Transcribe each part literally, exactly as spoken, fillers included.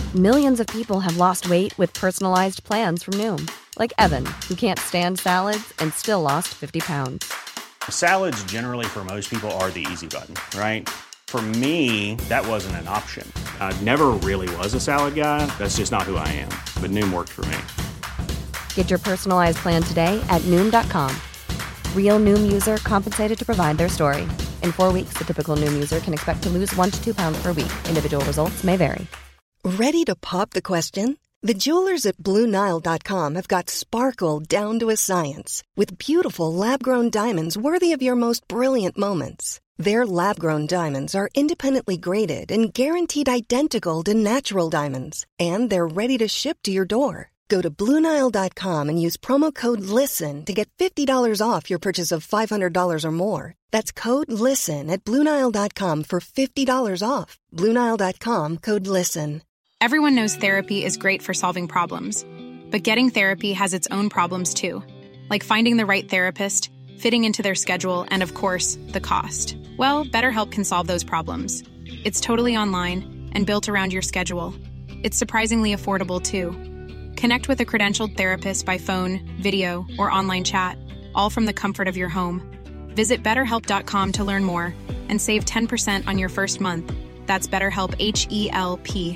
Millions of people have lost weight with personalized plans from Noom. Like Evan, who can't stand salads and still lost fifty pounds. Salads generally for most people are the easy button, right? For me, that wasn't an option. I never really was a salad guy. That's just not who I am. But Noom worked for me. Get your personalized plan today at Noom dot com. Real Noom user compensated to provide their story. In four weeks, the typical Noom user can expect to lose one to two pounds per week. Individual results may vary. Ready to pop the question? The jewelers at Blue Nile dot com have got sparkle down to a science with beautiful lab-grown diamonds worthy of your most brilliant moments. Their lab-grown diamonds are independently graded and guaranteed identical to natural diamonds, and they're ready to ship to your door. Go to Blue Nile dot com and use promo code LISTEN to get fifty dollars off your purchase of five hundred dollars or more. That's code LISTEN at Blue Nile dot com for fifty dollars off. Blue Nile dot com, code LISTEN. Everyone knows therapy is great for solving problems. But getting therapy has its own problems too. Like finding the right therapist, fitting into their schedule, and of course, the cost. Well, BetterHelp can solve those problems. It's totally online and built around your schedule. It's surprisingly affordable too. Connect with a credentialed therapist by phone, video, or online chat, all from the comfort of your home. Visit better help dot com to learn more and save ten percent on your first month. That's BetterHelp, H E L P.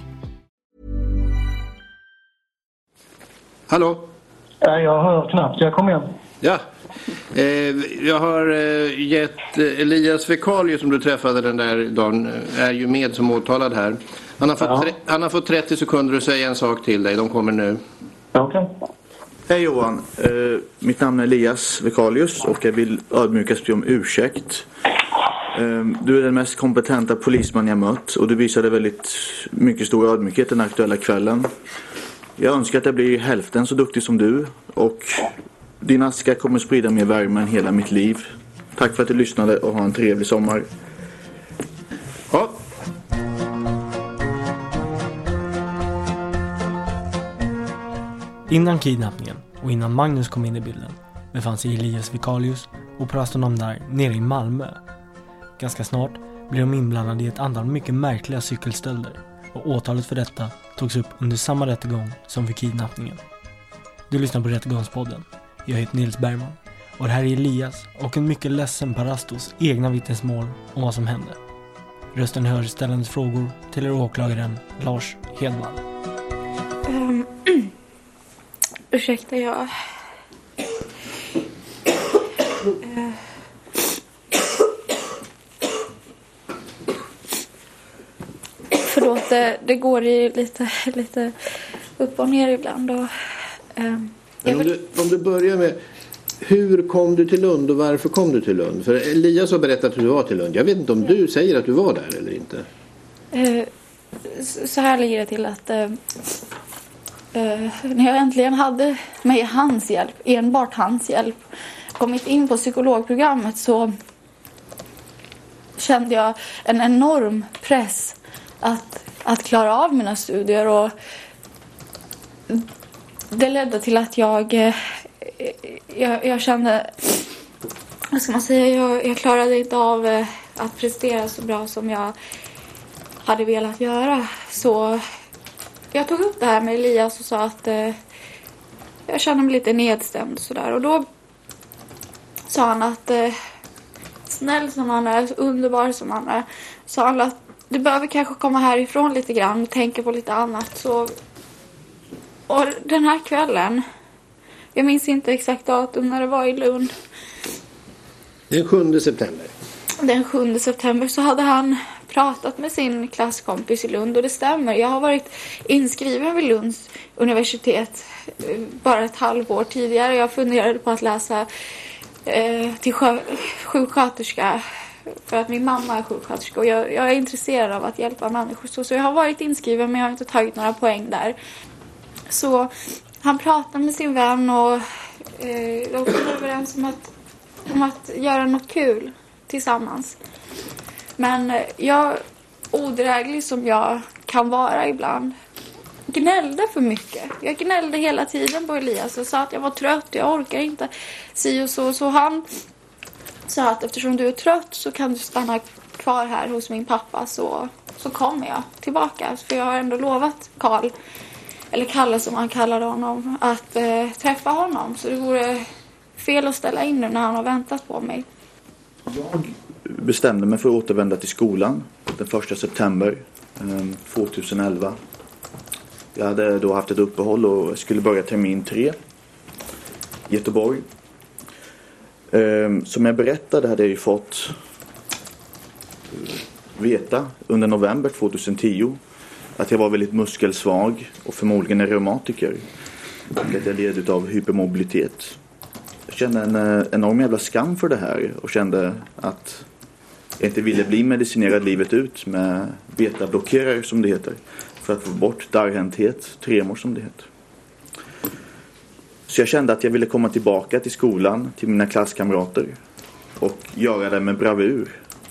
Hallå? Ja, jag hör knappt. Jag kom igen. Ja. Eh, jag har eh, gett eh, Elias Vekalius, som du träffade den där dagen, är ju med som åtalad här. Han har fått, ja. tre, han har fått trettio sekunder att säga en sak till dig. De kommer nu. Okej. Okay. Hej Johan. Eh, mitt namn är Elias Vekalius och jag vill ödmjukast be om ursäkt. Eh, du är den mest kompetenta polisman jag mött och du visade väldigt mycket stor ödmjukhet den aktuella kvällen. Jag önskar att jag blir hälften så duktig som du och din aska kommer sprida mer värme än hela mitt liv. Tack för att du lyssnade och ha en trevlig sommar. Ja. Innan kidnappningen och innan Magnus kom in i bilden befann sig Elias Vekalius och prostonom där nere i Malmö. Ganska snart blev de inblandade i ett antal mycket märkliga cykelstölder och åtalet för detta togs upp under samma rättegång som för kidnappningen. Du lyssnar på Rättegångspodden. Jag heter Nils Bergman och det här är Elias och en mycket ledsen Parastos egna vittnesmål om vad som hände. Rösten hör ställandes frågor till åklagaren Lars Hedman. Um, ursäkta, jag... Uh... Förlåt, det, det går ju lite, lite upp och ner ibland. Och, um, Men om, du, om du börjar med, hur kom du till Lund och varför kom du till Lund? För Elias har berättat att du var till Lund. Jag vet inte om du säger att du var där eller inte. Uh, så här ligger det till att uh, uh, när jag äntligen hade med hans hjälp, enbart hans hjälp, kommit in på psykologprogrammet så kände jag en enorm press att, att klara av mina studier och det ledde till att jag jag, jag kände, vad ska man säga, jag, jag klarade inte av att prestera så bra som jag hade velat göra. Så jag tog upp det här med Elias och sa att eh, jag kände mig lite nedstämd sådär. Och då sa han att eh, snäll som han är, så underbar som han är, sa han att du behöver kanske komma härifrån lite grann och tänka på lite annat. Så, och den här kvällen, jag minns inte exakt datum när det var i Lund. Den sjunde september. Den sjunde september så hade han pratat med sin klasskompis i Lund. Och det stämmer, jag har varit inskriven vid Lunds universitet bara ett halvår tidigare. Jag funderade på att läsa eh, till sjö, sjuksköterska. För att min mamma är sjuksköterska och jag, jag är intresserad av att hjälpa människor. Så, så jag har varit inskriven men jag har inte tagit några poäng där. Så han pratade med sin vän och eh, de kom överens om att, om att göra något kul tillsammans. Men eh, jag, odräglig som jag kan vara ibland, gnällde för mycket. Jag gnällde hela tiden på Elias och sa att jag var trött, jag orkar inte. Si och så, så han sa att eftersom du är trött så kan du stanna kvar här hos min pappa så så kommer jag tillbaka. För jag har ändå lovat Karl, eller Kalle som han kallade honom, att eh, träffa honom. Så det vore fel att ställa in nu när han har väntat på mig. Jag bestämde mig för att återvända till skolan den första september eh, tjugoelva. Jag hade då haft ett uppehåll och skulle börja termin tre i Göteborg. Eh, som jag berättade hade jag ju fått veta under november tjugohundratio att jag var väldigt muskelsvag och förmodligen en reumatiker. Och att jag led av hypermobilitet. Jag kände en enorm jävla skam för det här och kände att jag inte ville bli medicinerad livet ut med betablockerare som det heter. För att få bort darrhänthet, tremor som det heter. Så jag kände att jag ville komma tillbaka till skolan, till mina klasskamrater och göra det med bravur.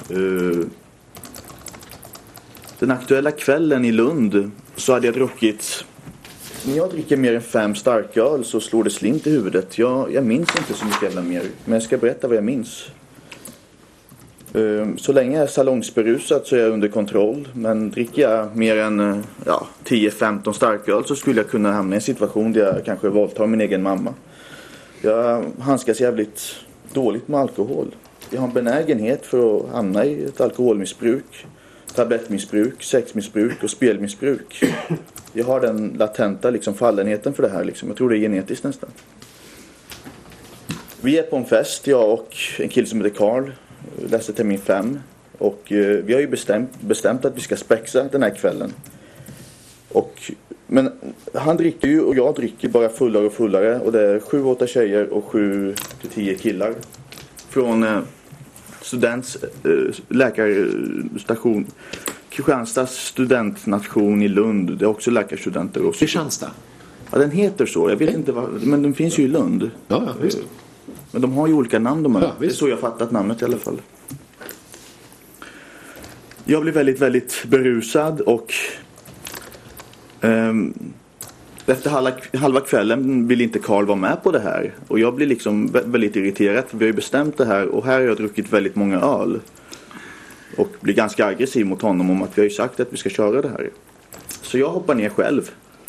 Den aktuella kvällen i Lund så hade jag druckit... När jag dricker mer än fem starköl så slår det slint i huvudet. Jag, jag minns inte så mycket jävla mer. Men jag ska berätta vad jag minns. Så länge jag är salongsberusad så är jag under kontroll. Men dricker jag mer än ja, tio femton starköl så skulle jag kunna hamna i en situation där jag kanske våldtar min egen mamma. Jag handskas jävligt dåligt med alkohol. Jag har en benägenhet för att hamna i ett alkoholmissbruk, tablettmissbruk, sexmissbruk och spelmissbruk. Jag har den latenta liksom, fallenheten för det här. Liksom. Jag tror det är genetiskt nästan. Vi är på en fest, jag och en kille som heter Karl. Läste termin fem. Och eh, vi har ju bestämt, bestämt att vi ska spexa den här kvällen. Och, men han dricker ju och jag dricker bara fullare och fullare. Och det är sju, åtta tjejer och sju till tio killar. Från eh, students eh, läkarstation. Kristianstads studentnation i Lund. Det är också läkarstudenter. Och Kristianstad? Ja, den heter så. Jag vet okay. inte vad, men den finns ju i Lund. Ja, ja visst. Men de har ju olika namn de här. Ja, det är så jag fattat namnet i alla fall. Jag blev väldigt, väldigt berusad och um, efter halva, halva kvällen vill inte Karl vara med på det här. Och jag blir liksom väldigt irriterad för vi har ju bestämt det här och här har jag druckit väldigt många öl. Och blir ganska aggressiv mot honom om att vi har ju sagt att vi ska köra det här. Så jag hoppar ner själv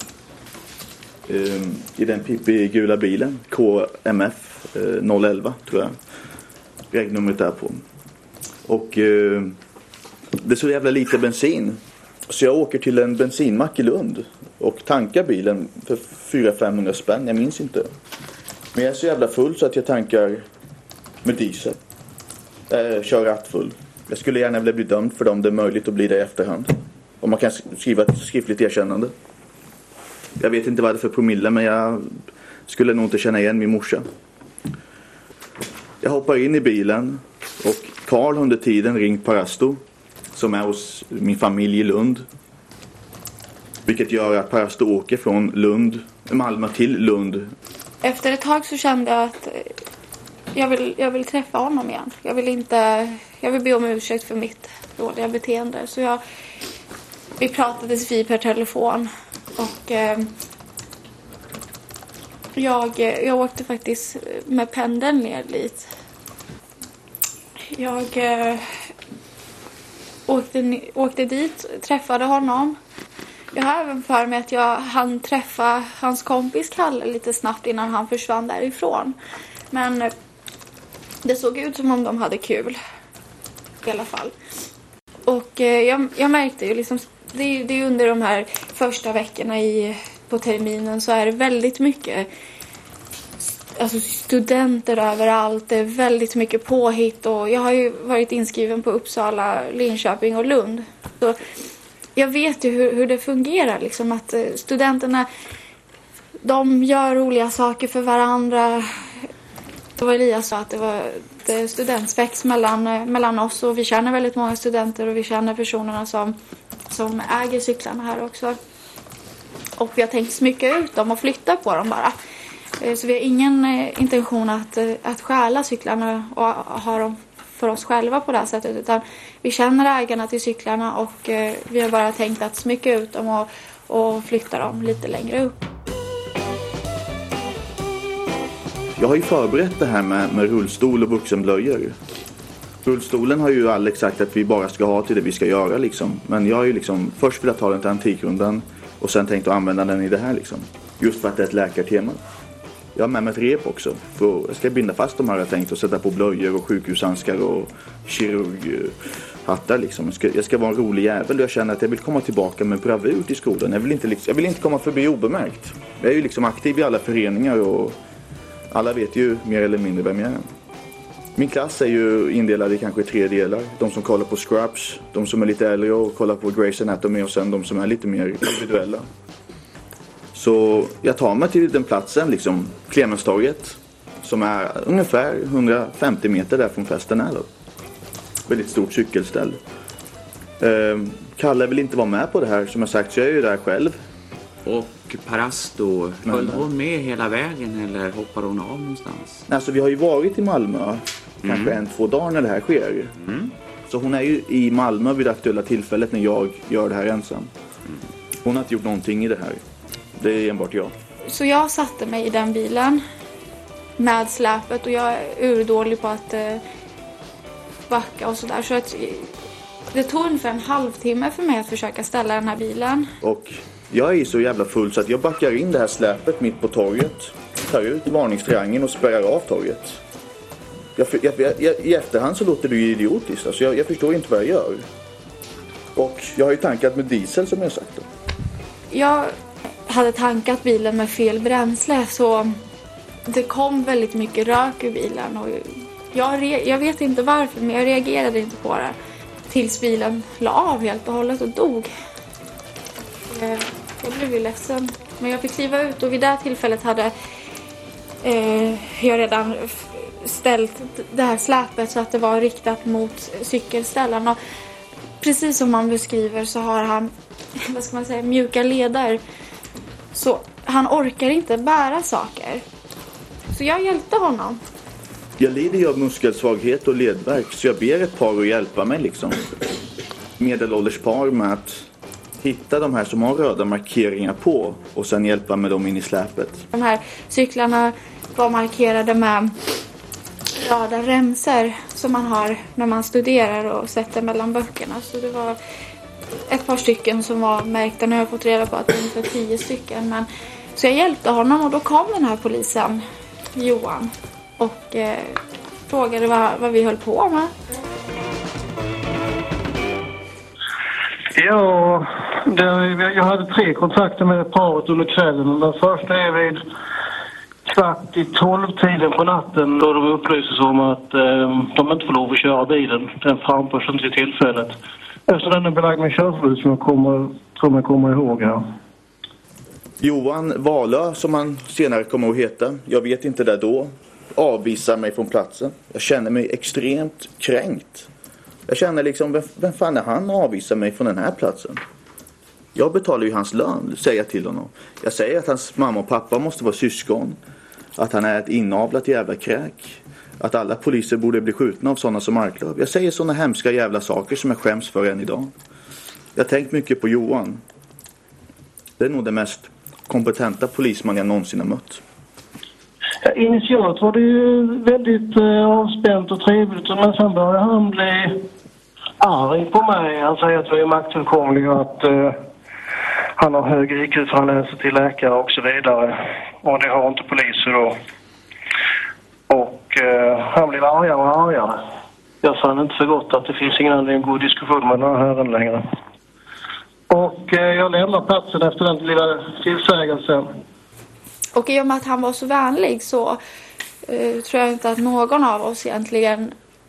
um, i den pippi-gula bilen, K M F noll elva tror jag regnumret är på. Och eh, det är så jävla lite bensin. Så jag åker till en bensinmack i Lund och tankar bilen för fyra till femhundra spänn, jag minns inte. Men jag är så jävla full så att jag tankar med diesel. Eh, kör rattfull. Jag skulle gärna vilja bli dömd för dem, det är möjligt att bli det i efterhand. Om man kan skriva ett skriftligt erkännande. Jag vet inte vad det är för promille, men jag skulle nog inte känna igen min morsa. Jag hoppar in i bilen och Karl under tiden ringt Parasto som är hos min familj i Lund. Vilket gör att Parasto åker från Lund, Malmö till Lund. Efter ett tag så kände jag att jag vill, jag vill träffa honom igen. Jag vill inte, jag vill be om ursäkt för mitt dåliga beteende. Så jag, vi pratades vid per telefon och eh, Jag, jag åkte faktiskt med pendeln ner dit. Jag eh, åkte, åkte dit, träffade honom. Jag har även för mig att jag hann träffa hans kompis Kalle lite snabbt innan han försvann därifrån. Men eh, det såg ut som om de hade kul. I alla fall. Och eh, jag, jag märkte ju liksom, det är, det är under de här första veckorna i... på terminen så är det väldigt mycket alltså studenter överallt. Det är väldigt mycket påhitt och jag har ju varit inskriven på Uppsala, Linköping och Lund. Så jag vet ju hur, hur det fungerar liksom att studenterna de gör roliga saker för varandra. Det var Elias sa att det var det studentspex mellan, mellan oss och vi känner väldigt många studenter och vi känner personerna som, som äger cyklarna här också. Och vi har tänkt smycka ut dem och flytta på dem bara. Så vi har ingen intention att, att stjäla cyklarna och ha dem för oss själva på det här sättet. Utan vi känner ägarna till cyklarna och vi har bara tänkt att smycka ut dem och, och flytta dem lite längre upp. Jag har ju förberett det här med, med rullstol och vuxenblöjor. Rullstolen har ju Alex sagt att vi bara ska ha till det vi ska göra liksom. Men jag har ju liksom först velat ta den till Antikrundan och sen tänkt att använda den i det här liksom. Just för att det är ett läkartema. Jag har med mig ett rep också. För jag ska binda fast de här jag tänkt och sätta på blöjor och sjukhushandskar och kirurghattar liksom. Jag ska, jag ska vara en rolig jävel och jag känner att jag vill komma tillbaka med bravur till skolan. Jag vill inte, liksom, jag vill inte komma förbi obemärkt. Jag är ju liksom aktiv i alla föreningar och alla vet ju mer eller mindre vem jag är. Min klass är ju indelad i kanske tre delar. De som kollar på Scrubs, de som är lite äldre och kollar på Grey's Anatomy och sen de som är lite mer individuella. Så jag tar mig till den platsen, liksom Clemenstorget, som är ungefär hundrafemtio meter där från festen är då. Väldigt stort cykelställ. Eh, Kalle vill inte vara med på det här, som jag sagt, så jag är ju där själv. Och Parasto, höll hon med hela vägen eller hoppar hon av någonstans? Alltså vi har ju varit i Malmö mm. kanske en, två dagar när det här sker. Mm. Så hon är ju i Malmö vid det aktuella tillfället när jag gör det här ensam. Mm. Hon har inte gjort någonting i det här. Det är enbart jag. Så jag satte mig i den bilen med släpet och jag är urdålig på att eh, backa och sådär. Så att det tog ungefär en halvtimme för mig att försöka ställa den här bilen. Och jag är så jävla full så att jag backar in det här släpet mitt på torget. Tar ut varningstriangeln och spärrar av torget. Jag, jag, jag, I efterhand så låter det ju idiotiskt. Alltså jag, jag förstår inte vad jag gör. Och jag har ju tankat med diesel som jag sagt då. Jag hade tankat bilen med fel bränsle så det kom väldigt mycket rök ur bilen. Och jag, jag vet inte varför men jag reagerade inte på det. Tills bilen la av helt och hållet och dog. Jag blev ju ledsen. Men jag fick kliva ut och vid det tillfället hade eh, jag redan ställt det här släpet så att det var riktat mot cykelställen. Och precis som man beskriver så har han, vad ska man säga, mjuka leder. Så han orkar inte bära saker. Så jag hjälpte honom. Jag lider ju av muskelsvaghet och ledvärk så jag ber ett par att hjälpa mig liksom. Medelålders par med att hitta de här som har röda markeringar på och sen hjälpa med dem in i släpet. De här cyklarna var markerade med röda remser som man har när man studerar och sätter mellan böckerna. Så det var ett par stycken som var märkta. Nu har jag fått reda på att det är ungefär tio stycken. Men, så jag hjälpte honom och då kom den här polisen, Johan, och eh, frågade vad, vad vi höll på med. Ja, det, jag hade tre kontakter med paret under kvällen. Den första är vid kvart i tolv-tiden på natten då de upplyses om att eh, de inte får lov att köra bilen. Den framförs inte till tillfället. Efter den är belagd med körförbud som jag kommer, som jag kommer ihåg här. Johan Valö, som han senare kommer att heta, jag vet inte det då, avvisar mig från platsen. Jag känner mig extremt kränkt. Jag känner liksom, vem, vem fan är han avvisar mig från den här platsen? Jag betalar ju hans lön, säger jag till honom. Jag säger att hans mamma och pappa måste vara syskon. Att han är ett inavlat jävla kräk. Att alla poliser borde bli skjutna av sådana som Marklöv. Jag säger sådana hemska jävla saker som jag skäms för än idag. Jag har tänkt mycket på Johan. Det är nog den mest kompetenta polisman jag någonsin har mött. Ja, initialt var det ju väldigt eh, avspänt och trevligt. Men sen började han bli arg på mig. Han säger att vi är maktfullkomliga och att eh, han har hög I Q för han läser till läkare och så vidare. Och det har inte poliser då. Och eh, han blev argare och argare. Jag fann inte för gott att det finns ingen anledning att gå diskussion med den här herren längre. Och eh, jag lämnar platsen efter den lilla tillsägelsen. Och i och med att han var så vänlig så eh, tror jag inte att någon av oss egentligen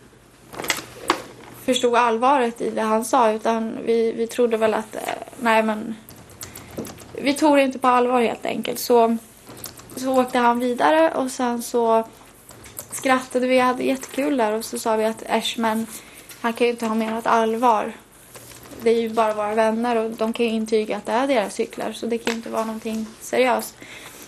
förstod allvaret i det han sa. Utan vi, vi trodde väl att, eh, nej men, vi tog det inte på allvar helt enkelt. Så, så åkte han vidare och sen så skrattade vi, hade jättekul där. Och så sa vi att äsch, men han kan ju inte ha menat allvar. Det är ju bara våra vänner och de kan ju intyga att det är deras cyklar. Så det kan ju inte vara någonting seriöst.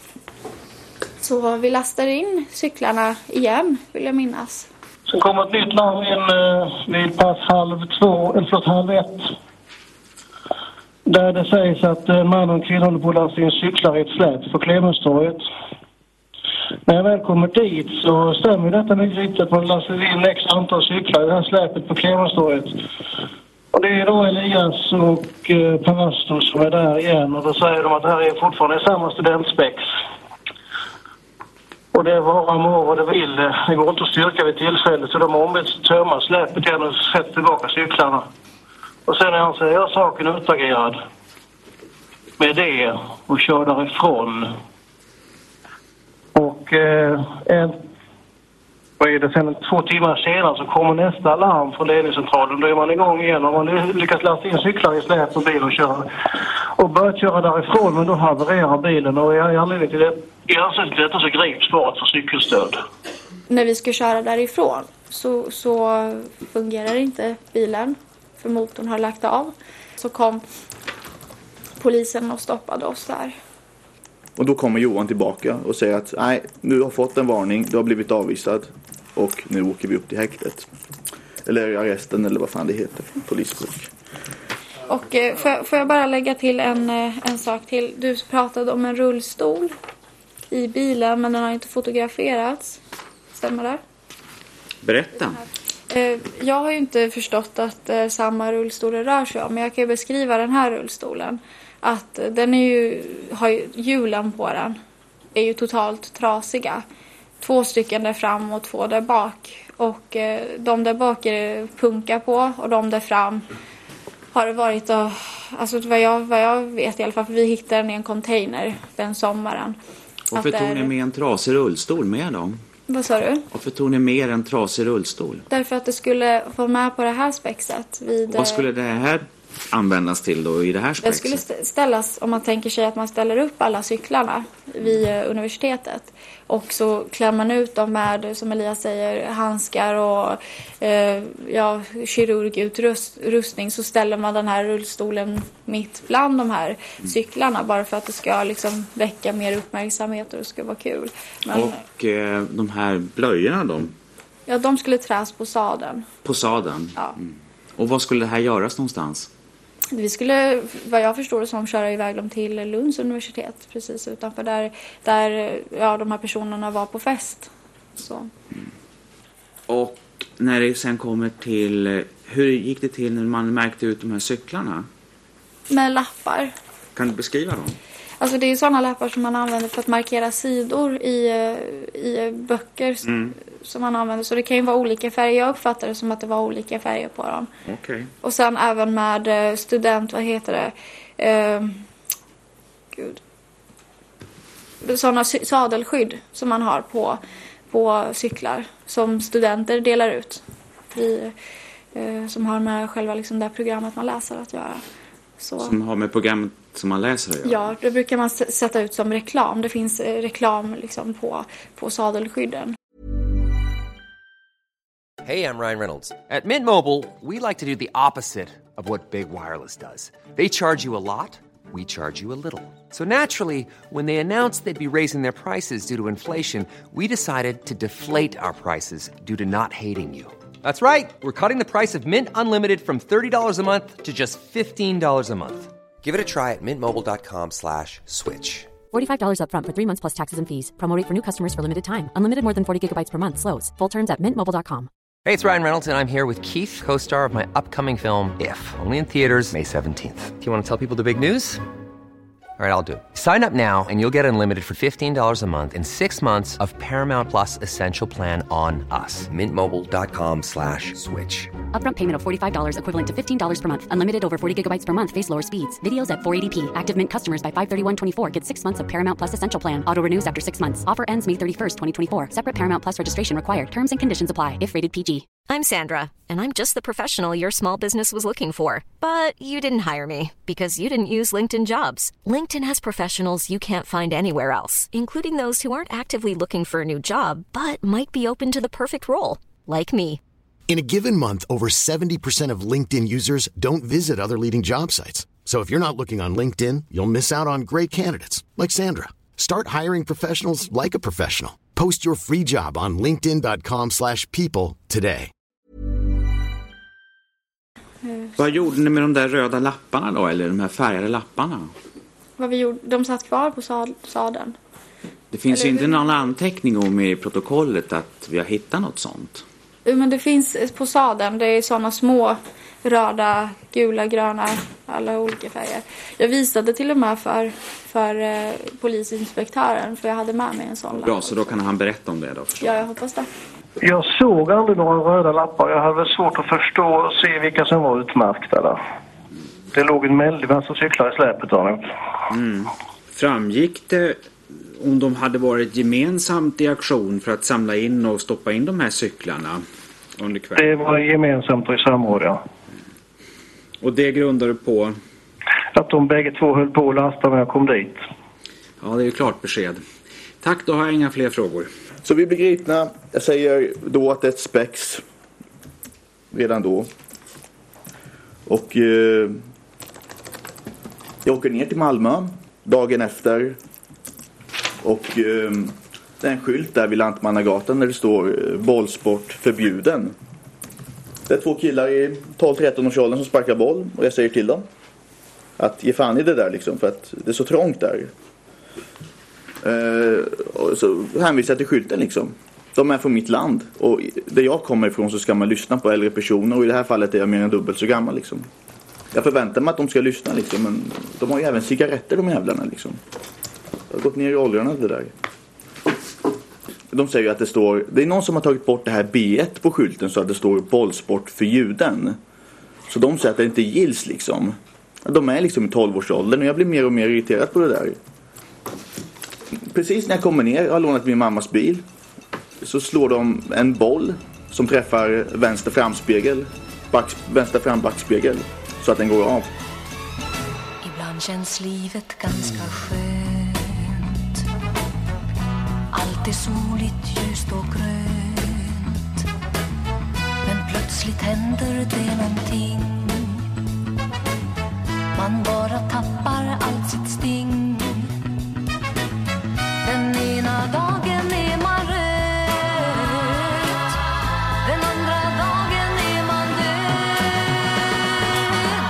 Så vi lastade in cyklarna igen, vill jag minnas. Sen kom ett nytt larm in eh, vid pass halv två, eller förlåt, halv ett. Där det sägs att en man och en kvinna håller på att lasta in cyklar i ett släp på Clemenstorget. När jag väl kommer dit så stämmer detta mycket riktigt att man lastar in x antal cyklar i det här släpet på Clemenstorget. Och det är då Elias och eh, Panastor som är där igen och då säger de att det här är fortfarande samma studentspex. Och det var vad må vad det vill. Det går inte att styrka vid tillfället så de har ombetts att tömma släpet igen och sätta tillbaka cyklarna. Och sen när han säger jag saken utagerad med det och kör därifrån. Och eh, en, vad är det, sen två timmar senare så kommer nästa larm från ledningscentralen. Då är man igång igen och man lyckas lasta in cyklar i släp och bil och köra. Och börjat köra därifrån men då havererar bilen och i anledning till det, i anslutning till detta så grips paret för cykelstöd. När vi ska köra därifrån så, så fungerar inte bilen för motorn har lagt av. Så kom polisen och stoppade oss där. Och då kommer Johan tillbaka och säger att nej, du har fått en varning, du har blivit avvisad och nu åker vi upp till häktet. Eller arresten eller vad fan det heter, polisspråk. Och eh, får, jag, får jag bara lägga till en, en sak till. Du pratade om en rullstol i bilen men den har inte fotograferats. Stämmer det? Berätta. Eh, jag har ju inte förstått att eh, samma rullstol det rör sig om. Men jag kan ju beskriva den här rullstolen. Att den är ju, har ju hjulen på den är ju totalt trasiga. Två stycken där fram och två där bak. Och eh, de där bak är punka på och de där fram har det varit och, alltså vad jag, vad jag vet i alla fall, för vi hittade den i en container den sommaren. Varför tog ni med en trasig rullstol med dem? Vad sa du? Varför tog ni med en trasig rullstol? Därför att det skulle vara med på det här spexet. Vid, vad skulle det här användas till då i det här spexet? Det skulle ställas, om man tänker sig att man ställer upp alla cyklarna vid universitetet. Och så klär man ut dem med, som Elias säger, handskar och eh, ja, kirurgutrustning. Så ställer man den här rullstolen mitt bland de här mm. cyklarna. Bara för att det ska liksom väcka mer uppmärksamhet och det ska vara kul. Men, och eh, de här blöjorna då? Ja, de skulle träs på sadeln. På sadeln? Ja. Mm. Och vad skulle det här göras någonstans? Vi skulle, vad jag förstår det som, köra iväg dem till Lunds universitet. Precis utanför där, där ja, de här personerna var på fest. Så. Mm. Och när det sen kommer till, hur gick det till när man märkte ut de här cyklarna? Med lappar. Kan du beskriva dem? Alltså det är sådana lappar som man använder för att markera sidor i, i böcker mm. som man använder. Så det kan ju vara olika färger. Jag uppfattar det som att det var olika färger på dem. Okay. Och sen även med student, vad heter det? Eh, gud. Sådana sadelskydd som man har på, på cyklar. Som studenter delar ut. I, eh, som har med själva liksom det programmet man läser att göra. Så. Som har med programmet som man läser att göra? Ja, det brukar man sätta ut som reklam. Det finns eh, reklam liksom på, på sadelskydden. Hey, I'm Ryan Reynolds. At Mint Mobile, we like to do the opposite of what Big Wireless does. They charge you a lot, we charge you a little. So naturally, when they announced they'd be raising their prices due to inflation, we decided to deflate our prices due to not hating you. That's right. We're cutting the price of Mint Unlimited from thirty dollars a month to just fifteen dollars a month. Give it a try at mintmobile.com slash switch. forty-five dollars up front for three months plus taxes and fees. Promo rate for new customers for limited time. Unlimited more than forty gigabytes per month slows. Full terms at mint mobile dot com. Hey, it's Ryan Reynolds, and I'm here with Keith, co-star of my upcoming film, If, only in theaters May seventeenth. Do you want to tell people the big news? All right, I'll do it. Sign up now and you'll get unlimited for fifteen dollars a month and six months of Paramount Plus Essential Plan on us. Mintmobile.com slash switch. Upfront payment of forty-five dollars equivalent to fifteen dollars per month. Unlimited over forty gigabytes per month. Face lower speeds. Videos at four eighty p. Active Mint customers by five thirty-one twenty-four get six months of Paramount Plus Essential Plan. Auto renews after six months. Offer ends May thirty-first, twenty twenty-four. Separate Paramount Plus registration required. Terms and conditions apply if rated P G. I'm Sandra, and I'm just the professional your small business was looking for. But you didn't hire me because you didn't use LinkedIn Jobs. LinkedIn has professionals you can't find anywhere else, including those who aren't actively looking for a new job, but might be open to the perfect role, like me. In a given month, over seventy percent of LinkedIn users don't visit other leading job sites. So if you're not looking on LinkedIn, you'll miss out on great candidates like Sandra. Start hiring professionals like a professional. Post your free job on linkedin.com slash people today. Vad gjorde ni med de där röda lapparna då, eller de här färgade lapparna? Vad vi gjorde, de satt kvar på sad, sadeln. Det finns Eller ju inte hur? någon anteckning om i protokollet att vi har hittat något sånt. Jo, men det finns på sadeln. Det är sådana små röda, gula, gröna, alla olika färger. Jag visade till och med för, för eh, polisinspektören, för jag hade med mig en sån. Bra, så då kan han berätta om det då. Ja, jag hoppas det. Jag såg aldrig några röda lappar. Jag hade väl svårt att förstå och se vilka som var utmärkta där. Det låg en väldig massa cyklar i släpet av mm. Framgick det om de hade varit gemensamt i aktion för att samla in och stoppa in de här cyklarna under kvällen? Det var gemensamt och i samråd, ja. Och det grundade på? Att de bägge två höll på att lasta när jag kom dit. Ja, det är ju klart besked. Tack, då har jag inga fler frågor. Så vi blir gripna. Jag säger då att det är ett spex. Redan då. Och eh, jag åker ner till Malmö dagen efter. Och eh, det är en skylt där vid Lantmannagatan där det står eh, bollsport förbjuden. Det är två killar i tolv tretton års åldern som sparkar boll. Och jag säger till dem att ge fan i det där liksom, för att det är så trångt där. Uh, och så hänvisar jag till skylten liksom. De är från mitt land. Och där jag kommer ifrån så ska man lyssna på äldre personer. Och i det här fallet är jag mer än dubbelt så gammal liksom. Jag förväntar mig att de ska lyssna liksom. Men de har ju även cigaretter, de jävlarna liksom. Jag har gått ner i åldrarna det där. De säger ju att det står, det är någon som har tagit bort det här B ett på skylten så att det står bollsport för juden. Så de säger att det inte gills liksom. De är liksom i tolv-årsåldern och jag blir mer och mer irriterad på det där. Precis när jag kommer ner, jag har lånat min mammas bil, så slår de en boll som träffar vänster framspegel, back, vänster frambackspegel, så att den går av. Ibland känns livet ganska skönt. Allt är soligt, ljust och grönt. Men plötsligt händer det någonting. Man bara tappar allt sitt sting. Den ena dagen är man röd, den andra dagen är man död.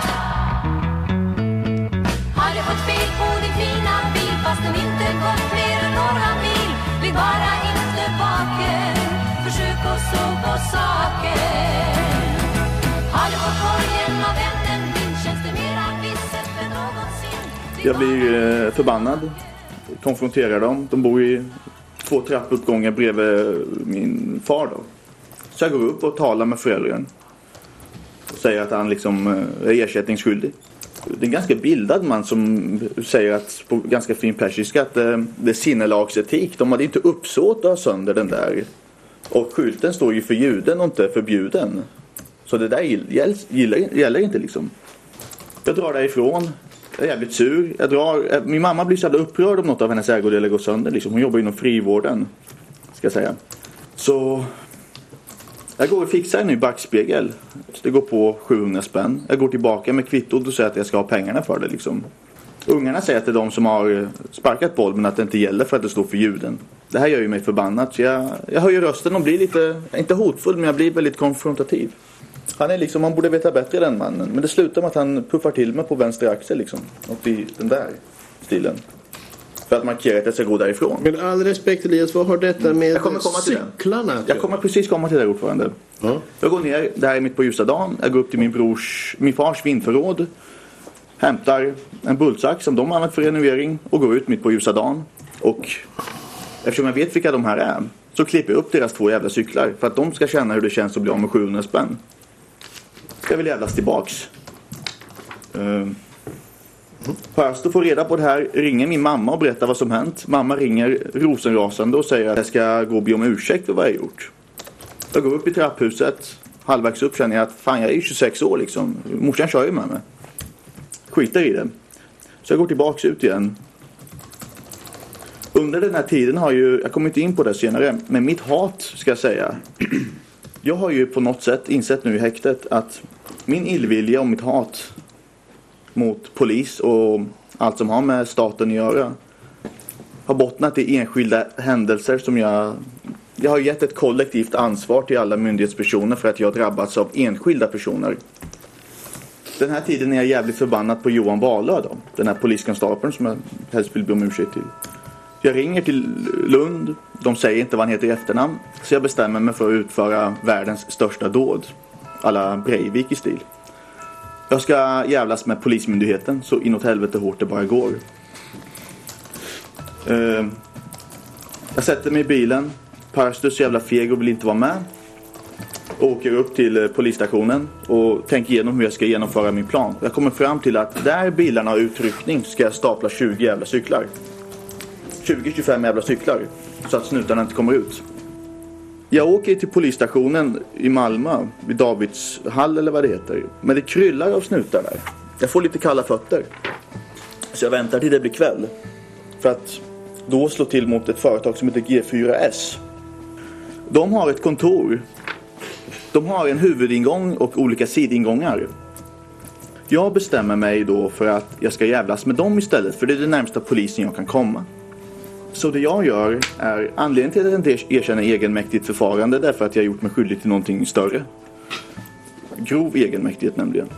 Har du fått fel på din fina bil fast den inte gått mer än några mil? Bli bara inte vaken, försök att sova på saken. Har du fått korgen av vännen din, känns det mera visset än någonsin? Jag blir eh, förbannad. Konfronterar dem. De bor i två trappuppgångar bredvid min far då. Så jag går upp och talar med föräldern. Och säger att han liksom är ersättningsskyldig. Det är en ganska bildad man som säger att på ganska fin persiska att det är sinnelagsetik. De hade inte uppsåt att ha sönder den där. Och skylten står ju för juden och inte förbjuden. Så det där gäller, gäller inte liksom. Jag drar därifrån. Jag är jävligt sur. Jag drar, min mamma blir så jävla upprörd om något av hennes ägodelar går sönder. Liksom. Hon jobbar inom frivården, ska jag säga. Så jag går och fixar en ny backspegel. Det går på sjuhundra spänn. Jag går tillbaka med kvittot och säger att jag ska ha pengarna för det. Liksom. Ungarna säger att det är de som har sparkat boll, men att det inte gäller för att det står för ljuden. Det här gör ju mig förbannad. Så jag, jag höjer rösten och blir lite, inte hotfull, men jag blir väldigt konfrontativ. Han är liksom, man borde veta bättre den mannen. Men det slutar med att han puffar till mig på vänster axel liksom. Och i den där stilen. För att markera att jag ska gå därifrån. Med all respekt Elias, vad har detta med jag kommer komma till cyklarna? Den. Jag kommer precis komma till det ordförande. Ja. Jag går ner, det här är mitt på ljusa dagen. Jag går upp till min brors, min fars vindförråd. Hämtar en bultsack som de har använt för renovering. Och går ut mitt på ljusa dagen. Och eftersom jag vet vilka de här är, så klipper jag upp deras två jävla cyklar. För att de ska känna hur det känns att bli av med sjuhundra spänn. Jag vill jävlas tillbaks. Uh, Först att få reda på det här ringer min mamma och berättar vad som hänt. Mamma ringer rosenrasande och säger att jag ska gå och be om ursäkt för vad jag gjort. Jag går upp i trapphuset. Halvvägs upp känner jag att fan, jag är tjugosex år liksom. Morsan kör ju med mig. Skiter i det. Så jag går tillbaks ut igen. Under den här tiden har ju, jag kommer inte in på det senare, men mitt hat ska jag säga. Jag har ju på något sätt insett nu i häktet att min illvilja och mitt hat mot polis och allt som har med staten att göra har bottnat i enskilda händelser som jag... Jag har gett ett kollektivt ansvar till alla myndighetspersoner för att jag drabbats av enskilda personer. Den här tiden är jag jävligt förbannad på Johan Wahlöö då. Den här poliskonstapeln som jag helst vill be om ursäkt till. Jag ringer till Lund. De säger inte vad han heter i efternamn. Så jag bestämmer mig för att utföra världens största dåd. Alla Breivik i stil. Jag ska jävlas med polismyndigheten så inåt helvete hårt det bara går. Uh, jag sätter mig i bilen. Parstus jävla feg och vill inte vara med. Åker upp till uh, polisstationen och tänker igenom hur jag ska genomföra min plan. Jag kommer fram till att där bilarna har utryckning ska jag stapla tjugo jävla cyklar. tjugo till tjugofem jävla cyklar. Så att snutarna inte kommer ut. Jag åker till polisstationen i Malmö. Vid Davids hall eller vad det heter. Men det kryllar av snutar där. Jag får lite kalla fötter. Så jag väntar till det blir kväll. För att då slå till mot ett företag som heter G fyra S. De har ett kontor. De har en huvudingång och olika sidingångar. Jag bestämmer mig då för att jag ska jävlas med dem istället. För det är den närmsta polisen jag kan komma. Så det jag gör är anledningen till att jag inte erkänner egenmäktigt förfarande. Därför att jag har gjort mig skyldig till någonting större. Grov egenmäktighet nämligen.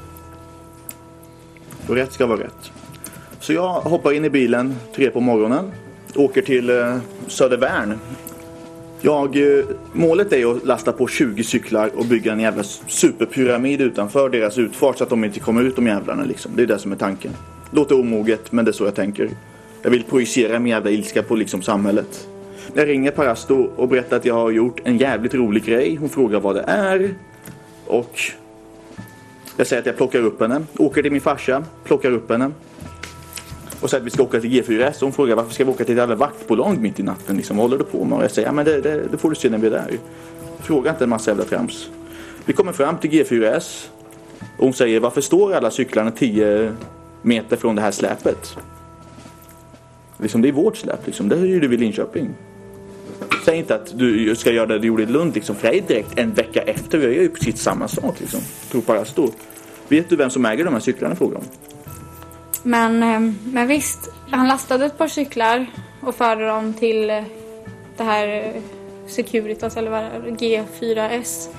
Och rätt ska vara rätt. Så jag hoppar in i bilen tre på morgonen. Åker till eh, Södervärn. Jag, eh, målet är att lasta på tjugo cyklar och bygga en jävla superpyramid utanför deras utfart. Så att de inte kommer ut de jävlarna liksom. Det är det som är tanken. Låter omoget men det är så jag tänker. Jag vill projicera min jävla ilska på liksom samhället. Jag ringer Parasto och berättar att jag har gjort en jävligt rolig grej. Hon frågar vad det är. Och jag säger att jag plockar upp henne. Åker till min farsa, plockar upp henne. Och säger att vi ska åka till G fyra S. Och hon frågar varför ska vi åka till ett jävla vaktbolag mitt i natten. Liksom, vad håller du på med? Och jag säger, ja men det, det, det får du se när vi är där. Fråga inte en massa jävla trams. Vi kommer fram till G fyra S. Och hon säger, varför står alla cyklarna tio meter från det här släpet? Liksom, det är vårt släp, liksom. Det är ju du vid Linköping. Säg inte att du ska göra det du gjorde i Lund, liksom. För det är direkt en vecka efter. Vi gör ju precis samma sak, liksom. Tror bara stå. Vet du vem som äger de här cyklarna, frågan? Men, men visst, han lastade ett par cyklar och förde dem till det här Securitas, eller vad det är, G fyra S.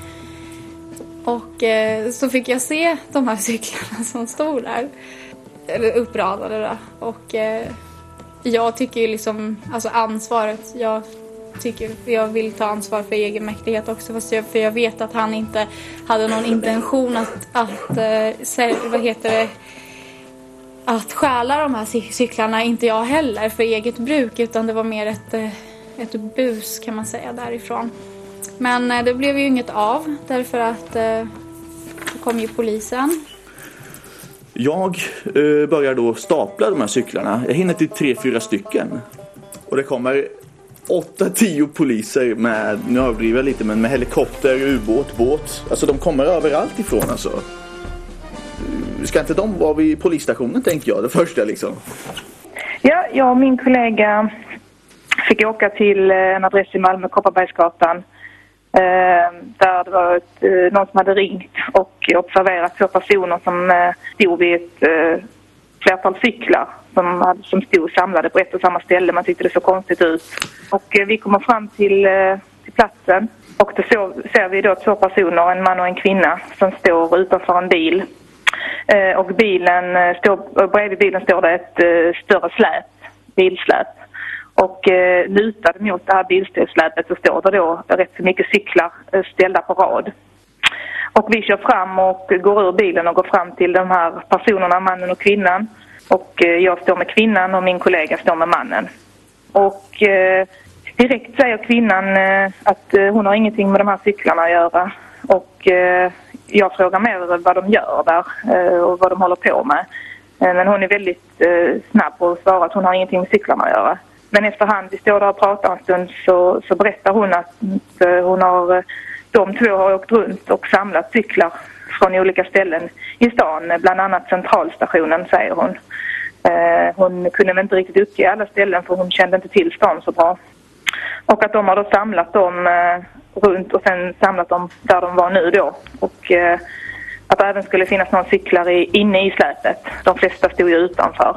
Och så fick jag se de här cyklarna som stod där. Eller uppradade då. Och jag tycker ju liksom, alltså ansvaret, jag tycker, jag vill ta ansvar för egenmäktighet också, fast jag, för jag vet att han inte hade någon intention att, att äh, vad heter det, att stjäla de här cyklarna, inte jag heller, för eget bruk, utan det var mer ett, ett bus kan man säga därifrån. Men äh, det blev ju inget av, därför att äh, då kom ju polisen. Jag eh, börjar då stapla de här cyklarna. Jag hinner till tre, fyra stycken. Och det kommer åtta, tio poliser med, nu överdriver jag lite, men med helikopter, ubåt, båt. Alltså de kommer överallt ifrån alltså. Ska inte de vara vid polisstationen, tänker jag, det första liksom. Ja, jag och min kollega fick åka till en adress i Malmö, Kopparbergsgatan. Eh, där det var ett, eh, någon som hade ringt och observerat två personer som eh, stod vid ett eh, flertal cyklar som, hade, som stod samlade på ett och samma ställe. Man tyckte det så konstigt ut. Och eh, vi kommer fram till, eh, till platsen och då så, ser vi då två personer, en man och en kvinna, som står utanför en bil. Eh, och bilen står, bredvid bilen står det ett eh, större släp, bilsläp. Och eh, lutade mot det här bilsläpet så står det då rätt så mycket cyklar eh, ställda på rad. Och vi kör fram och går ur bilen och går fram till de här personerna, mannen och kvinnan. Och eh, jag står med kvinnan och min kollega står med mannen. Och eh, direkt säger kvinnan eh, att eh, hon har ingenting med de här cyklarna att göra. Och eh, jag frågar mer vad de gör där eh, och vad de håller på med. Eh, men hon är väldigt eh, snabb på att svara att hon har ingenting med cyklarna att göra. Men efterhand, vi står där och pratar en stund, så, så berättar hon att hon har, de två har åkt runt och samlat cyklar från olika ställen i stan, bland annat centralstationen, säger hon. Eh, hon kunde väl inte riktigt uppge alla ställen för hon kände inte till stan så bra. Och att de har då samlat dem eh, runt och sen samlat dem där de var nu då. Och eh, att det även skulle finnas några cyklar i, inne i släpet. De flesta stod ju utanför.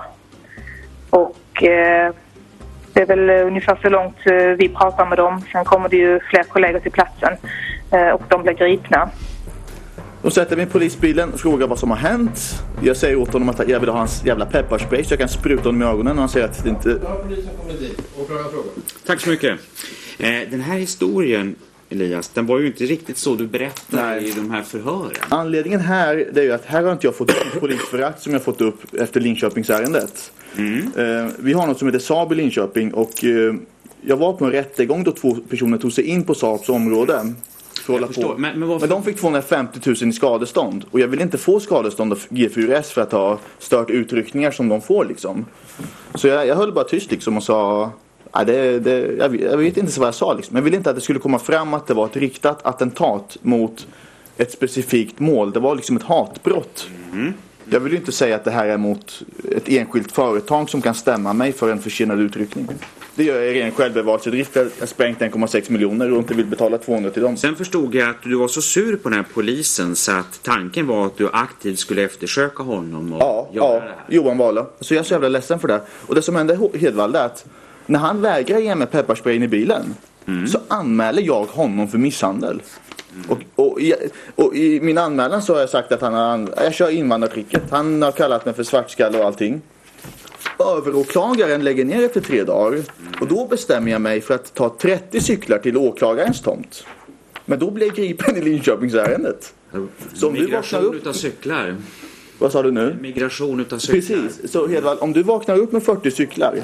Och eh, det är väl ungefär så långt vi pratar med dem. Sen kommer det ju fler kollegor till platsen och de blir gripna. De sätter mig i polisbilen och frågar vad som har hänt. Jag säger åt honom att jag vill ha hans jävla pepparspray så jag kan spruta honom i ögonen och han säger att det inte... Då har polisen kommit dit och frågar frågor. Tack så mycket. Eh, den här historien, Elias, den var ju inte riktigt så du berättade Nej. i de här förhören. Anledningen här det är ju att här har inte jag fått upp polisförakt som jag fått upp efter Linköpingsärendet. Mm. Eh, vi har något som heter Saab i Linköping och eh, jag var på en rättegång då två personer tog sig in på Saabs område. På. Men, men, men de fick tvåhundrafemtio tusen i skadestånd. Och jag vill inte få skadestånd av G fyra S för att ha stört utryckningar som de får liksom. Så jag, jag höll bara tyst liksom och sa nej, det, det, jag, jag vet inte vad jag sa liksom. Jag ville inte att det skulle komma fram att det var ett riktat attentat mot ett specifikt mål. Det var liksom ett hatbrott. Mm. Jag vill ju inte säga att det här är mot ett enskilt företag som kan stämma mig för en försenad utryckning. Det gör jag i ren självbevarelsedrift. Jag har sprängt en komma sex miljoner och inte vill betala tvåhundra till dem. Sen förstod jag att du var så sur på den här polisen så att tanken var att du aktivt skulle eftersöka honom och ja, göra ja, det här. Johan Wahle. Så jag är så jävla ledsen för det. Och det som hände i Hedvall är att när han vägrar ge mig pepparsprayen i bilen mm. så anmäler jag honom för misshandel. Mm. Och, och, i, och i min anmälan så har jag sagt att han har, jag kör invandrartricket. Han har kallat mig för svartskalle och allting. Överåklagaren lägger ner efter tre dagar. Mm. Och då bestämmer jag mig för att ta trettio cyklar till åklagarens tomt. Men då blir jag gripen i Linköpingsärendet. Så om Migration du vaknar upp utav cyklar. Vad sa du nu? Migration utav cyklar. Precis. Så Hedvall, om du vaknar upp med fyrtio cyklar,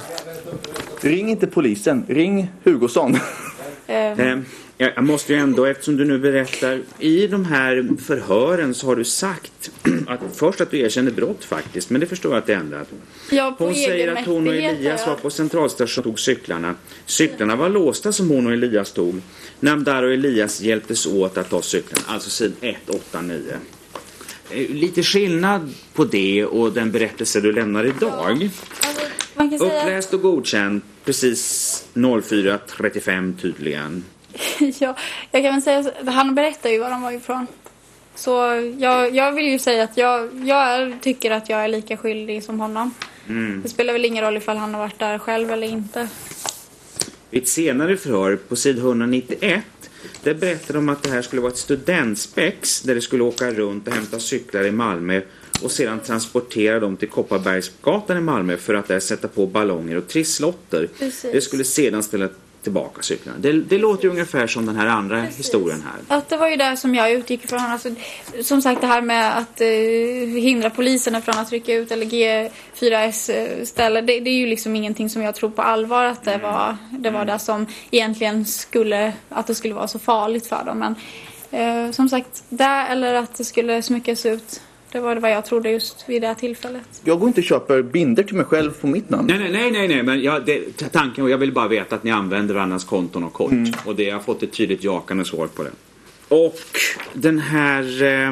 ring inte polisen. Ring Hugosson. Mm. Jag måste ju ändå, eftersom du nu berättar, i de här förhören så har du sagt att först att du erkänner brott faktiskt, men det förstår jag att det ändrat. Ja, hon säger att hon och Elias var på centralstation och tog cyklarna. Cyklarna var låsta som hon och Elias tog. Namdar och Elias hjälptes åt att ta cyklarna, alltså sid ett åtta nio. Lite skillnad på det och den berättelse du lämnar idag. Man kan säga... Uppläst och godkänd, precis noll fyra trettiofem tydligen. Ja, jag kan väl säga att han berättar ju var han var ifrån. Så jag, jag vill ju säga att jag, jag tycker att jag är lika skyldig som honom. Mm. Det spelar väl ingen roll ifall han har varit där själv eller inte. I ett senare förhör på sid etthundranittioett där berättar de att det här skulle vara ett studentspex där det skulle åka runt och hämta cyklar i Malmö och sedan transportera dem till Kopparbergsgatan i Malmö för att där sätta på ballonger och trisslotter. Precis. Det skulle sedan ställa tillbaka cyklarna. Det, det låter ju ungefär som den här andra Precis. historien här. Att det var ju där som jag utgick ifrån. Alltså, som sagt, det här med att eh, hindra poliserna från att rycka ut eller G fyra S ställe, det, det är ju liksom ingenting som jag tror på allvar att det var, det var det som egentligen skulle, att det skulle vara så farligt för dem. Men eh, som sagt, där eller att det skulle smyckas ut. Det var det vad jag trodde just vid det här tillfället. Jag går inte och köper binder till mig själv på mitt namn. Nej, nej, nej, nej, nej. Men jag, det, tanken, och jag vill bara veta att ni använder varandras konton och kort. Mm. Och det, jag har fått ett tydligt jakande svar på det. Och den här eh,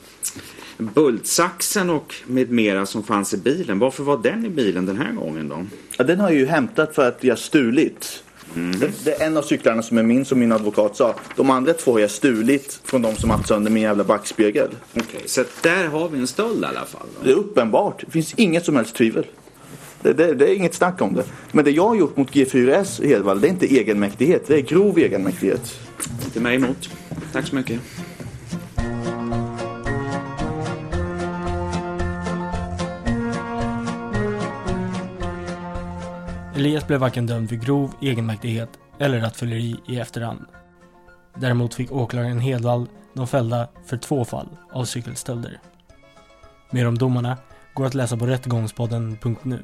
bultsaxen och med mera som fanns i bilen. Varför var den i bilen den här gången då? Ja, den har jag ju hämtat för att jag stulit. Mm. Det, det är en av cyklarna som är min, som min advokat sa. De andra två har jag stulit från de som haft sönder min jävla backspegel. Okej, okay, så där har vi en stöld i alla fall då. Det är uppenbart. Det finns inget som helst tvivel. Det, det, det är inget snack om det. Men det jag har gjort mot G fyra S i Hedvall, det är inte egenmäktighet. Det är grov egenmäktighet. Inte mig emot. Tack så mycket. Elias blev varken dömd för grov egenmäktighet eller rattfylleri i efterhand. Däremot fick åklagaren Hedvall de fällda för två fall av cykelstölder. Mer om domarna går att läsa på rättegångspodden punkt nu.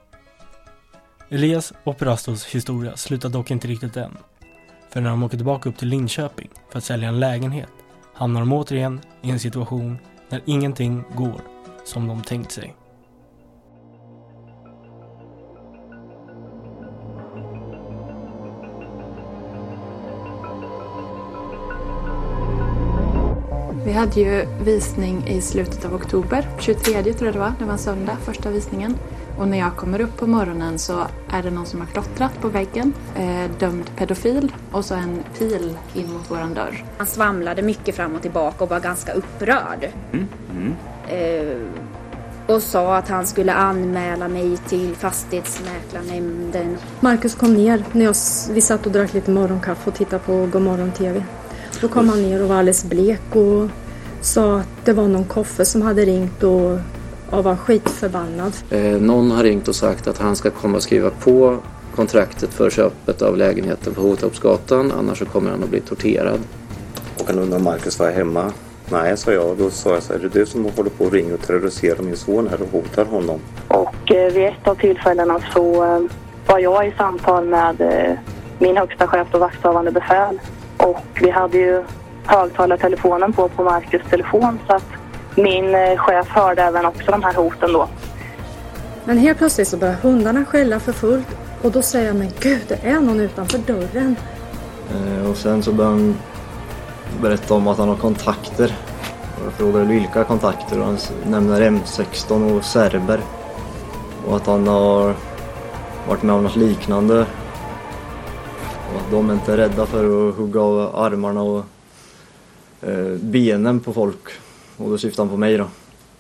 Elias och Prastos historia slutar dock inte riktigt än. För när de åker tillbaka upp till Linköping för att sälja en lägenhet hamnar de återigen i en situation där ingenting går som de tänkt sig. Vi hade ju visning i slutet av oktober, tjugotredje tror jag det var, det var en söndag, första visningen. Och när jag kommer upp på morgonen så är det någon som har klottrat på väggen, eh, dömd pedofil och så en pil in mot våran dörr. Han svamlade mycket fram och tillbaka och var ganska upprörd. Mm. Mm. Eh, och sa att han skulle anmäla mig till fastighetsmäklarnämnden. Marcus kom ner när jag, vi satt och drack lite morgonkaffe och tittade på Godmorgon T V. Då kom han ner och var alldeles blek och sa att det var någon koffe som hade ringt och, och var skitförbannad. Eh, någon har ringt och sagt att han ska komma och skriva på kontraktet för köpet av lägenheten på Hotorpsgatan, annars så kommer han att bli torterad. Och han undrar om Marcus var hemma. Nej, sa jag. Då sa jag så här, är det du som håller på att ringa och terrorisera min son här och hotar honom? Och eh, vid ett av tillfällena så eh, var jag i samtal med eh, min högsta chef och vakthavande befäl. Och vi hade ju högtalartelefonen på på Marcus telefon, så att min eh, chef hörde även också de här hoten då. Men helt plötsligt så börjar hundarna skälla för fullt och då säger jag, men gud, det är någon utanför dörren. Eh, och sen så börjar han berätta om att han har kontakter. Och jag frågade vilka kontakter och han nämner M sexton och serber. Och att han har varit med om något liknande. Och att de inte är rädda för att hugga av armarna och eh, benen på folk. Och då syftar han på mig då.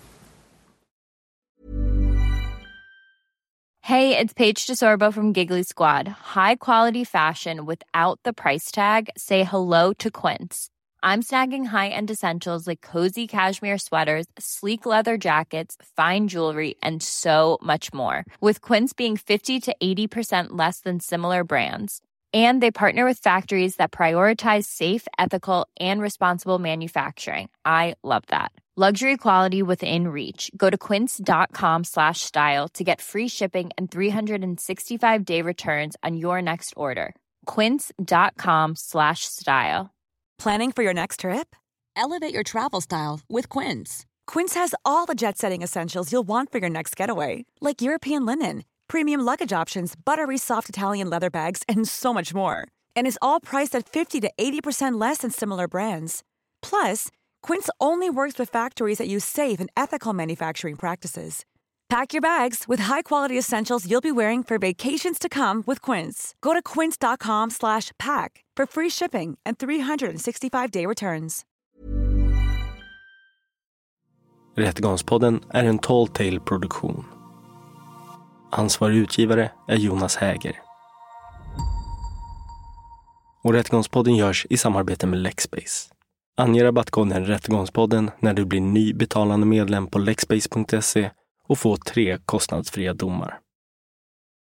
Hey, it's Paige DeSorbo from Giggly Squad. High quality fashion without the price tag. Say hello to Quince. I'm snagging high-end essentials like cozy cashmere sweaters, sleek leather jackets, fine jewelry, and so much more. With Quince being fifty to eighty percent less than similar brands. And they partner with factories that prioritize safe, ethical, and responsible manufacturing. I love that. Luxury quality within reach. Go to quince.com slash style to get free shipping and three sixty-five day returns on your next order. Quince.com slash style. Planning for your next trip? Elevate your travel style with Quince. Quince has all the jet-setting essentials you'll want for your next getaway, like European linen, premium luggage options, buttery soft Italian leather bags, and so much more. And is all priced at fifty to eighty percent less than similar brands. Plus, Quince only works with factories that use safe and ethical manufacturing practices. Pack your bags with high-quality essentials you'll be wearing for vacations to come with Quince. Go to quince.com slash pack for free shipping and three sixty-five day returns. Rättegångspodden är en Tall Tale-produktion. Ansvarig utgivare är Jonas Häger. Och Rättegångspodden görs i samarbete med Lexbase. Ange rabattkoden Rättegångspodden när du blir ny betalande medlem på lexbase punkt se och få tre kostnadsfria domar.